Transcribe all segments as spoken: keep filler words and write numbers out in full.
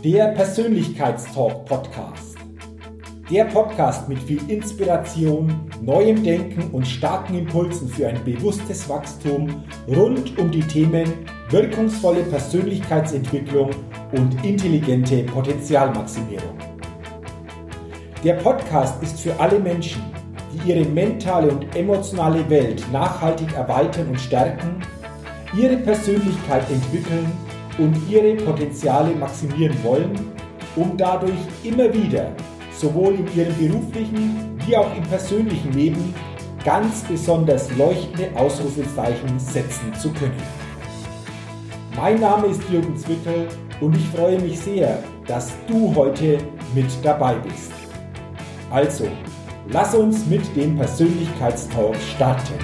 Der Persönlichkeitstalk-Podcast. Der Podcast mit viel Inspiration, neuem Denken und starken Impulsen für ein bewusstes Wachstum rund um die Themen wirkungsvolle Persönlichkeitsentwicklung und intelligente Potenzialmaximierung. Der Podcast ist für alle Menschen, die ihre mentale und emotionale Welt nachhaltig erweitern und stärken, ihre Persönlichkeit entwickeln und ihre Potenziale maximieren wollen, um dadurch immer wieder sowohl in ihrem beruflichen wie auch im persönlichen Leben ganz besonders leuchtende Ausrufezeichen setzen zu können. Mein Name ist Jürgen Zwickel und ich freue mich sehr, dass du heute mit dabei bist. Also, lass uns mit dem Persönlichkeitstalk starten.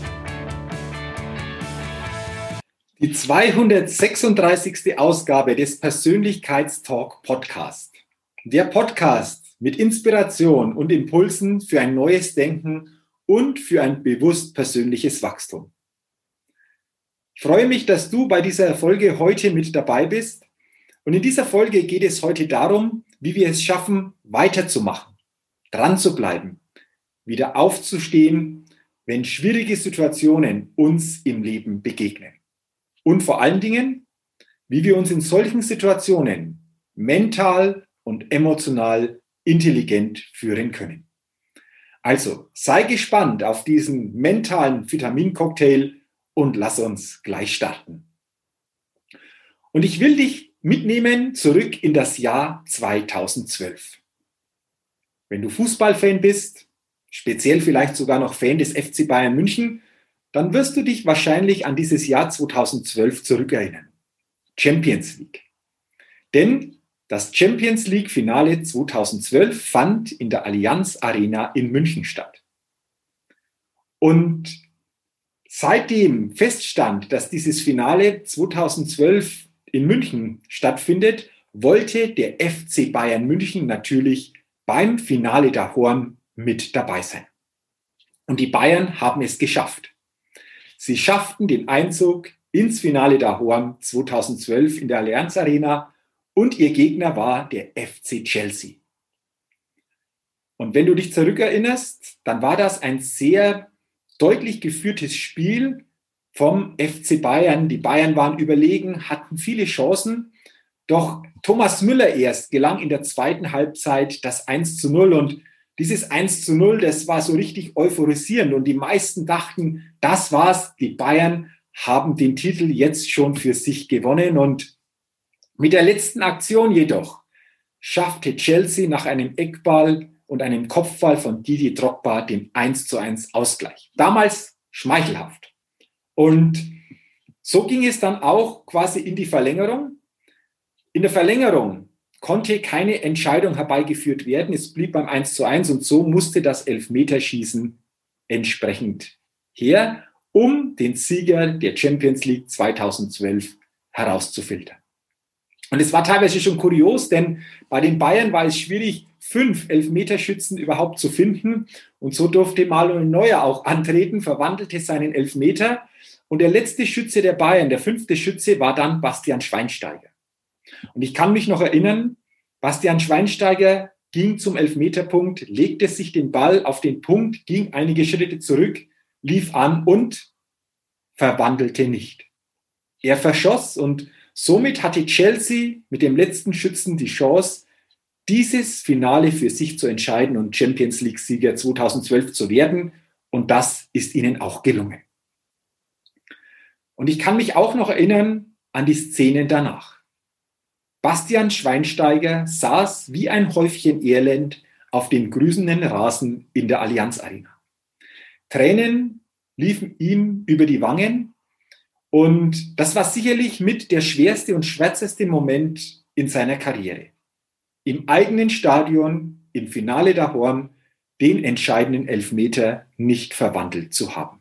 Die zweihundertsechsunddreißigste Ausgabe des Persönlichkeitstalk Podcast. Der Podcast mit Inspiration und Impulsen für ein neues Denken und für ein bewusst persönliches Wachstum. Ich freue mich, dass du bei dieser Folge heute mit dabei bist. Und in dieser Folge geht es heute darum, wie wir es schaffen, weiterzumachen, dran zu bleiben, wieder aufzustehen, wenn schwierige Situationen uns im Leben begegnen. Und vor allen Dingen, wie wir uns in solchen Situationen mental und emotional intelligent führen können. Also sei gespannt auf diesen mentalen Vitamincocktail und lass uns gleich starten. Und ich will dich mitnehmen zurück in das Jahr zweitausendzwölf. Wenn du Fußballfan bist, speziell vielleicht sogar noch Fan des F C Bayern München, dann wirst du dich wahrscheinlich an dieses Jahr zweitausendzwölf zurückerinnern. Champions League. Denn das Champions League Finale zweitausendzwölf fand in der Allianz Arena in München statt. Und seitdem feststand, dass dieses Finale zweitausendzwölf in München stattfindet, wollte der F C Bayern München natürlich beim Finale daheim mit dabei sein. Und die Bayern haben es geschafft. Sie schafften den Einzug ins Finale daheim zweitausendzwölf in der Allianz Arena und ihr Gegner war der F C Chelsea. Und wenn du dich zurückerinnerst, dann war das ein sehr deutlich geführtes Spiel vom F C Bayern. Die Bayern waren überlegen, hatten viele Chancen, doch Thomas Müller erst gelang in der zweiten Halbzeit das eins zu null und dieses eins zu null, das war so richtig euphorisierend und die meisten dachten, das war's, die Bayern haben den Titel jetzt schon für sich gewonnen und mit der letzten Aktion jedoch schaffte Chelsea nach einem Eckball und einem Kopfball von Didier Drogba den eins zu eins Ausgleich. Damals schmeichelhaft. Und so ging es dann auch quasi in die Verlängerung. In der Verlängerung konnte keine Entscheidung herbeigeführt werden. Es blieb beim eins zu eins und so musste das Elfmeterschießen entsprechend her, um den Sieger der Champions League zweitausendzwölf herauszufiltern. Und es war teilweise schon kurios, denn bei den Bayern war es schwierig, fünf Elfmeterschützen überhaupt zu finden. Und so durfte Manuel Neuer auch antreten, verwandelte seinen Elfmeter. Und der letzte Schütze der Bayern, der fünfte Schütze, war dann Bastian Schweinsteiger. Und ich kann mich noch erinnern, Bastian Schweinsteiger ging zum Elfmeterpunkt, legte sich den Ball auf den Punkt, ging einige Schritte zurück, lief an und verwandelte nicht. Er verschoss und somit hatte Chelsea mit dem letzten Schützen die Chance, dieses Finale für sich zu entscheiden und Champions League-Sieger zweitausendzwölf zu werden. Und das ist ihnen auch gelungen. Und ich kann mich auch noch erinnern an die Szenen danach. Bastian Schweinsteiger saß wie ein Häufchen Elend auf dem grüßenden Rasen in der Allianz Arena. Tränen liefen ihm über die Wangen und das war sicherlich mit der schwerste und schwärzeste Moment in seiner Karriere. Im eigenen Stadion, im Finale daheim, den entscheidenden Elfmeter nicht verwandelt zu haben.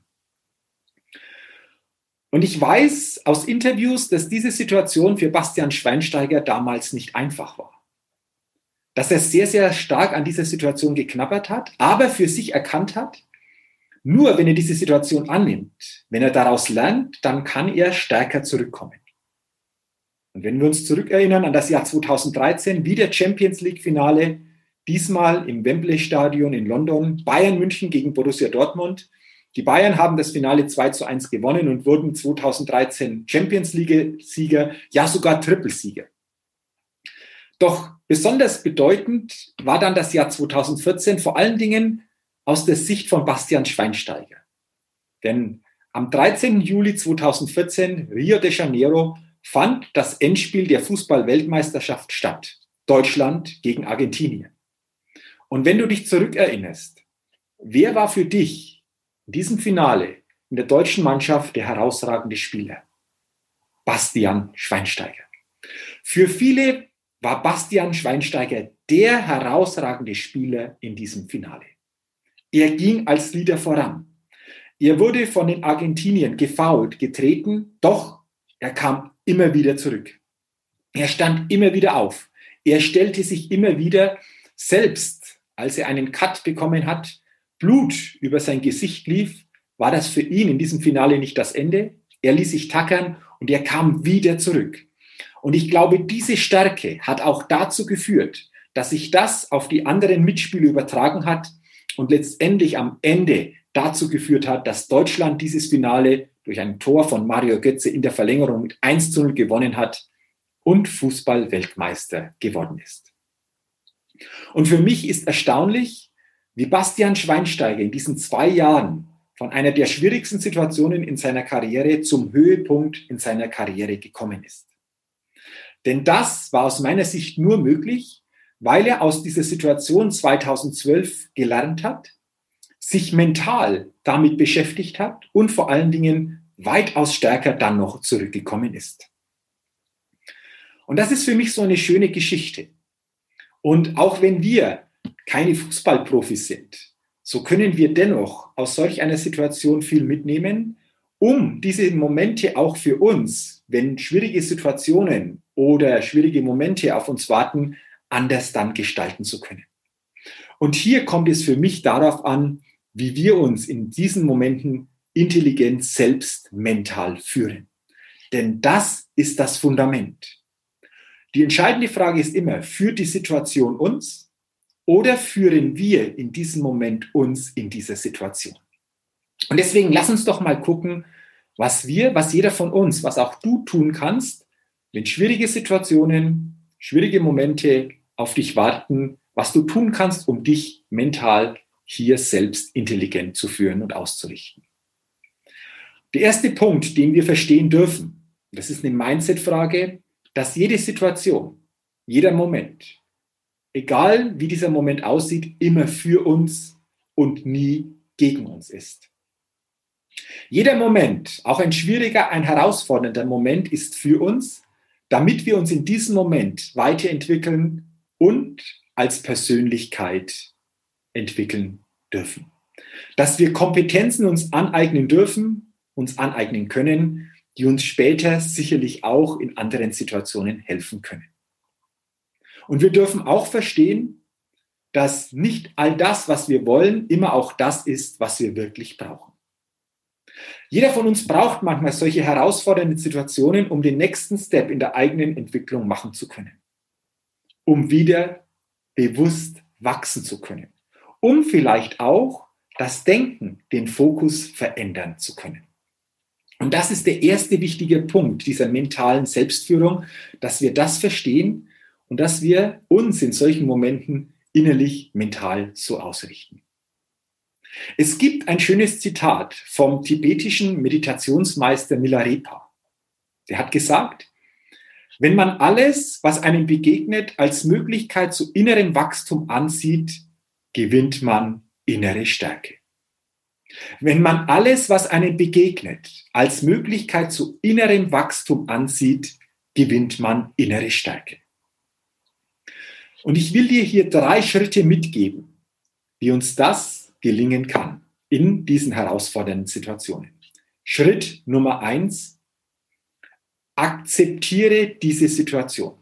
Und ich weiß aus Interviews, dass diese Situation für Bastian Schweinsteiger damals nicht einfach war. Dass er sehr, sehr stark an dieser Situation geknabbert hat, aber für sich erkannt hat, nur wenn er diese Situation annimmt, wenn er daraus lernt, dann kann er stärker zurückkommen. Und wenn wir uns zurückerinnern an das Jahr zweitausenddreizehn, wieder Champions League-Finale, diesmal im Wembley-Stadion in London, Bayern München gegen Borussia Dortmund. Die Bayern haben das Finale zwei zu eins gewonnen und wurden zweitausenddreizehn Champions League-Sieger, ja sogar Trippelsieger. Doch besonders bedeutend war dann das Jahr zweitausendvierzehn, vor allen Dingen aus der Sicht von Bastian Schweinsteiger. Denn am dreizehnten Juli zweitausendvierzehn, Rio de Janeiro, fand das Endspiel der Fußball-Weltmeisterschaft statt. Deutschland gegen Argentinien. Und wenn du dich zurückerinnerst, wer war für dich in diesem Finale in der deutschen Mannschaft der herausragende Spieler? Bastian Schweinsteiger. Für viele war Bastian Schweinsteiger der herausragende Spieler in diesem Finale. Er ging als Leader voran. Er wurde von den Argentiniern gefoult, getreten, doch er kam immer wieder zurück. Er stand immer wieder auf. Er stellte sich immer wieder, selbst als er einen Cut bekommen hat, Blut über sein Gesicht lief, war das für ihn in diesem Finale nicht das Ende. Er ließ sich tackern und er kam wieder zurück. Und ich glaube, diese Stärke hat auch dazu geführt, dass sich das auf die anderen Mitspieler übertragen hat und letztendlich am Ende dazu geführt hat, dass Deutschland dieses Finale durch ein Tor von Mario Götze in der Verlängerung mit eins zu null gewonnen hat und Fußball-Weltmeister geworden ist. Und für mich ist erstaunlich, wie Bastian Schweinsteiger in diesen zwei Jahren von einer der schwierigsten Situationen in seiner Karriere zum Höhepunkt in seiner Karriere gekommen ist. Denn das war aus meiner Sicht nur möglich, weil er aus dieser Situation zweitausendzwölf gelernt hat, sich mental damit beschäftigt hat und vor allen Dingen weitaus stärker dann noch zurückgekommen ist. Und das ist für mich so eine schöne Geschichte. Und auch wenn wir keine Fußballprofis sind, so können wir dennoch aus solch einer Situation viel mitnehmen, um diese Momente auch für uns, wenn schwierige Situationen oder schwierige Momente auf uns warten, anders dann gestalten zu können. Und hier kommt es für mich darauf an, wie wir uns in diesen Momenten intelligent selbst mental führen. Denn das ist das Fundament. Die entscheidende Frage ist immer, führt die Situation uns oder führen wir in diesem Moment uns in dieser Situation? Und deswegen lass uns doch mal gucken, was wir, was jeder von uns, was auch du tun kannst, wenn schwierige Situationen, schwierige Momente auf dich warten, was du tun kannst, um dich mental hier selbst intelligent zu führen und auszurichten. Der erste Punkt, den wir verstehen dürfen, das ist eine Mindset-Frage, dass jede Situation, jeder Moment, egal wie dieser Moment aussieht, immer für uns und nie gegen uns ist. Jeder Moment, auch ein schwieriger, ein herausfordernder Moment, ist für uns, damit wir uns in diesem Moment weiterentwickeln und als Persönlichkeit entwickeln dürfen. Dass wir Kompetenzen uns aneignen dürfen, uns aneignen können, die uns später sicherlich auch in anderen Situationen helfen können. Und wir dürfen auch verstehen, dass nicht all das, was wir wollen, immer auch das ist, was wir wirklich brauchen. Jeder von uns braucht manchmal solche herausfordernden Situationen, um den nächsten Step in der eigenen Entwicklung machen zu können. Um wieder bewusst wachsen zu können. Um vielleicht auch das Denken, den Fokus verändern zu können. Und das ist der erste wichtige Punkt dieser mentalen Selbstführung, dass wir das verstehen und dass wir uns in solchen Momenten innerlich mental so ausrichten. Es gibt ein schönes Zitat vom tibetischen Meditationsmeister Milarepa. Der hat gesagt, wenn man alles, was einem begegnet, als Möglichkeit zu innerem Wachstum ansieht, gewinnt man innere Stärke. Wenn man alles, was einem begegnet, als Möglichkeit zu innerem Wachstum ansieht, gewinnt man innere Stärke. Und ich will dir hier drei Schritte mitgeben, wie uns das gelingen kann in diesen herausfordernden Situationen. Schritt Nummer eins, akzeptiere diese Situation.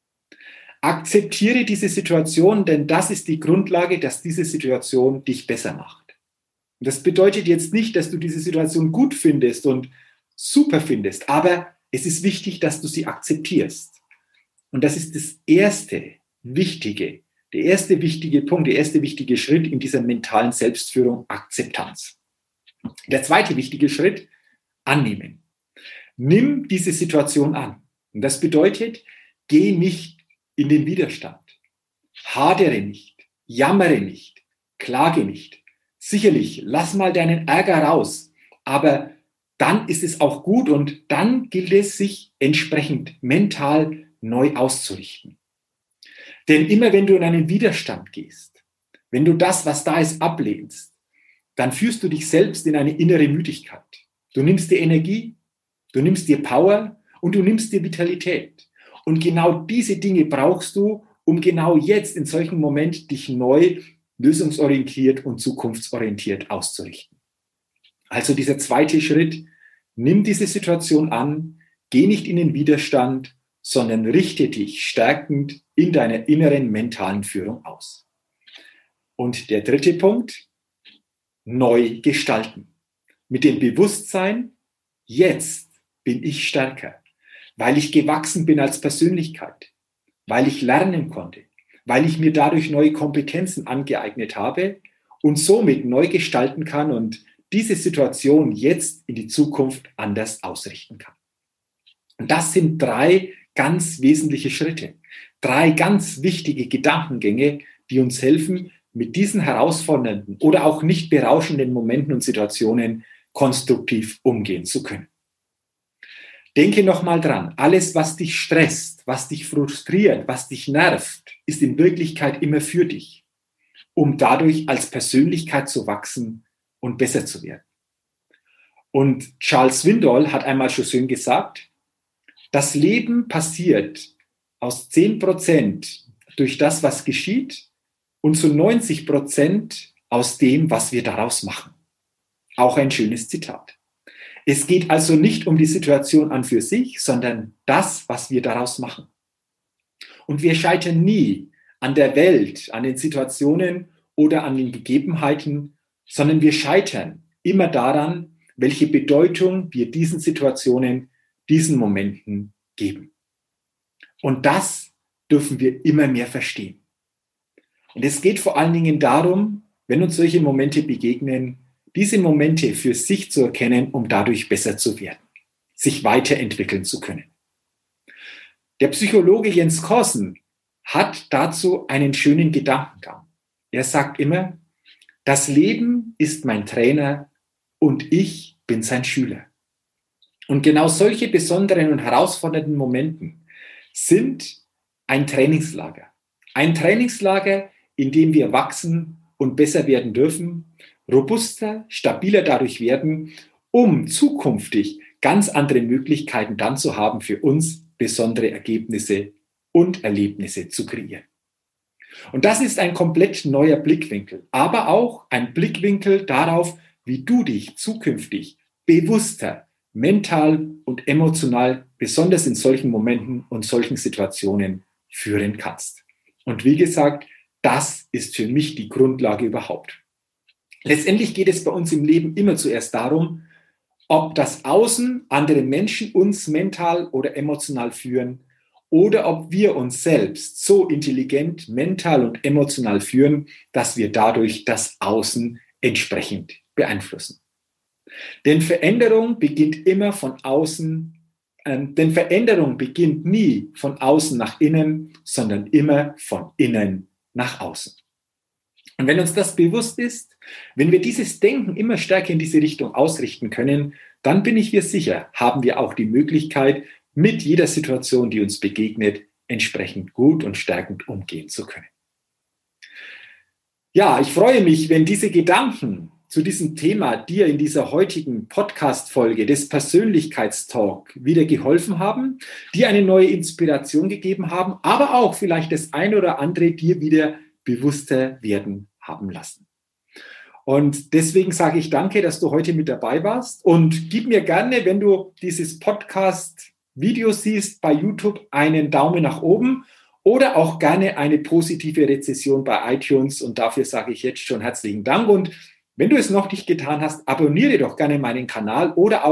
Akzeptiere diese Situation, denn das ist die Grundlage, dass diese Situation dich besser macht. Und das bedeutet jetzt nicht, dass du diese Situation gut findest und super findest, aber Es ist wichtig, dass du sie akzeptierst. Und das ist das erste wichtige, der erste wichtige Punkt, der erste wichtige Schritt in dieser mentalen Selbstführung, Akzeptanz. Der zweite wichtige Schritt, annehmen. Nimm diese Situation an. Und das bedeutet, geh nicht in den Widerstand. Hadere nicht, jammere nicht, klage nicht. Sicherlich, lass mal deinen Ärger raus, aber dann ist es auch gut und dann gilt es, sich entsprechend mental neu auszurichten. Denn immer wenn du in einen Widerstand gehst, wenn du das, was da ist, ablehnst, dann führst du dich selbst in eine innere Müdigkeit. Du nimmst dir Energie, du nimmst dir Power und du nimmst dir Vitalität. Und genau diese Dinge brauchst du, um genau jetzt in solchen Momenten dich neu, lösungsorientiert und zukunftsorientiert auszurichten. Also dieser zweite Schritt, nimm diese Situation an, geh nicht in den Widerstand, sondern richte dich stärkend in deiner inneren mentalen Führung aus. Und der dritte Punkt, neu gestalten. Mit dem Bewusstsein, jetzt bin ich stärker, weil ich gewachsen bin als Persönlichkeit, weil ich lernen konnte, weil ich mir dadurch neue Kompetenzen angeeignet habe und somit neu gestalten kann und diese Situation jetzt in die Zukunft anders ausrichten kann. Und das sind drei ganz wesentliche Schritte, drei ganz wichtige Gedankengänge, die uns helfen, mit diesen herausfordernden oder auch nicht berauschenden Momenten und Situationen konstruktiv umgehen zu können. Denke nochmal dran, alles, was dich stresst, was dich frustriert, was dich nervt, ist in Wirklichkeit immer für dich, um dadurch als Persönlichkeit zu wachsen und besser zu werden. Und Charles Swindoll hat einmal schon schön gesagt, das Leben passiert aus zehn Prozent durch das, was geschieht, und zu neunzig Prozent aus dem, was wir daraus machen. Auch ein schönes Zitat. Es geht also nicht um die Situation an für sich, sondern das, was wir daraus machen. Und wir scheitern nie an der Welt, an den Situationen oder an den Gegebenheiten, sondern wir scheitern immer daran, welche Bedeutung wir diesen Situationen, diesen Momenten geben. Und das dürfen wir immer mehr verstehen. Und es geht vor allen Dingen darum, wenn uns solche Momente begegnen, diese Momente für sich zu erkennen, um dadurch besser zu werden, sich weiterentwickeln zu können. Der Psychologe Jens Korsen hat dazu einen schönen Gedankengang. Er sagt immer, das Leben ist mein Trainer und ich bin sein Schüler. Und genau solche besonderen und herausfordernden Momenten sind ein Trainingslager. Ein Trainingslager, in dem wir wachsen und besser werden dürfen, robuster, stabiler dadurch werden, um zukünftig ganz andere Möglichkeiten dann zu haben, für uns besondere Ergebnisse und Erlebnisse zu kreieren. Und das ist ein komplett neuer Blickwinkel, aber auch ein Blickwinkel darauf, wie du dich zukünftig bewusster, mental und emotional, besonders in solchen Momenten und solchen Situationen führen kannst. Und wie gesagt, das ist für mich die Grundlage überhaupt. Letztendlich geht es bei uns im Leben immer zuerst darum, ob das Außen, andere Menschen uns mental oder emotional führen oder ob wir uns selbst so intelligent, mental und emotional führen, dass wir dadurch das Außen entsprechend beeinflussen. Denn Veränderung beginnt immer von außen, äh, denn Veränderung beginnt nie von außen nach innen, sondern immer von innen nach außen. Und wenn uns das bewusst ist, wenn wir dieses Denken immer stärker in diese Richtung ausrichten können, dann bin ich mir sicher, haben wir auch die Möglichkeit, mit jeder Situation, die uns begegnet, entsprechend gut und stärkend umgehen zu können. Ja, ich freue mich, wenn diese Gedanken zu diesem Thema dir in dieser heutigen Podcast-Folge des Persönlichkeitstalk wieder geholfen haben, dir eine neue Inspiration gegeben haben, aber auch vielleicht das ein oder andere dir wieder bewusster werden haben lassen. Und deswegen sage ich danke, dass du heute mit dabei warst und gib mir gerne, wenn du dieses Podcast-Video siehst bei YouTube, einen Daumen nach oben oder auch gerne eine positive Rezession bei iTunes und dafür sage ich jetzt schon herzlichen Dank und wenn du es noch nicht getan hast, abonniere doch gerne meinen Kanal oder auch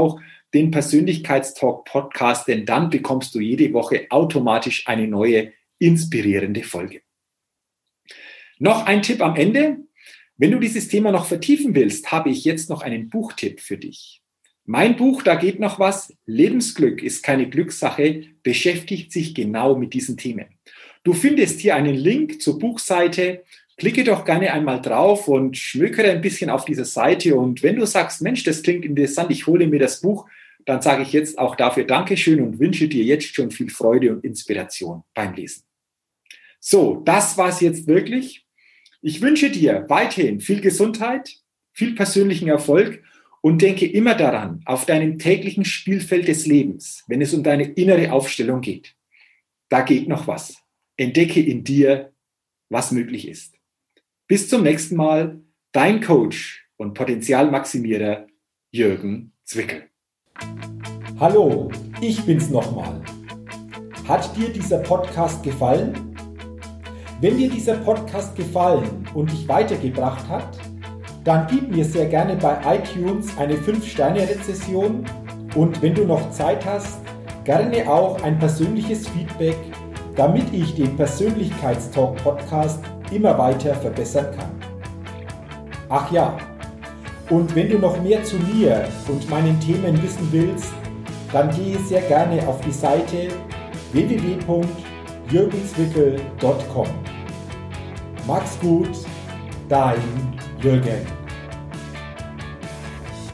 den Persönlichkeitstalk-Podcast, denn dann bekommst du jede Woche automatisch eine neue, inspirierende Folge. Noch ein Tipp am Ende. Wenn du dieses Thema noch vertiefen willst, habe ich jetzt noch einen Buchtipp für dich. Mein Buch, da geht noch was. Lebensglück ist keine Glückssache, beschäftigt sich genau mit diesen Themen. Du findest hier einen Link zur Buchseite. Klicke doch gerne einmal drauf und schmökere ein bisschen auf dieser Seite. Und wenn du sagst, Mensch, das klingt interessant, ich hole mir das Buch, dann sage ich jetzt auch dafür Dankeschön und wünsche dir jetzt schon viel Freude und Inspiration beim Lesen. So, das war's jetzt wirklich. Ich wünsche dir weiterhin viel Gesundheit, viel persönlichen Erfolg und denke immer daran, auf deinem täglichen Spielfeld des Lebens, wenn es um deine innere Aufstellung geht. Da geht noch was. Entdecke in dir, was möglich ist. Bis zum nächsten Mal, dein Coach und Potenzialmaximierer Jürgen Zwickel. Hallo, ich bin's nochmal. Hat dir dieser Podcast gefallen? Wenn dir dieser Podcast gefallen und dich weitergebracht hat, dann gib mir sehr gerne bei iTunes eine fünf Sterne Rezession und wenn du noch Zeit hast, gerne auch ein persönliches Feedback, damit ich den Persönlichkeitstalk-Podcast immer weiter verbessern kann. Ach ja, und wenn du noch mehr zu mir und meinen Themen wissen willst, dann gehe sehr gerne auf die Seite w w w punkt jürgen zwickel punkt com. Mach's gut, dein Jürgen.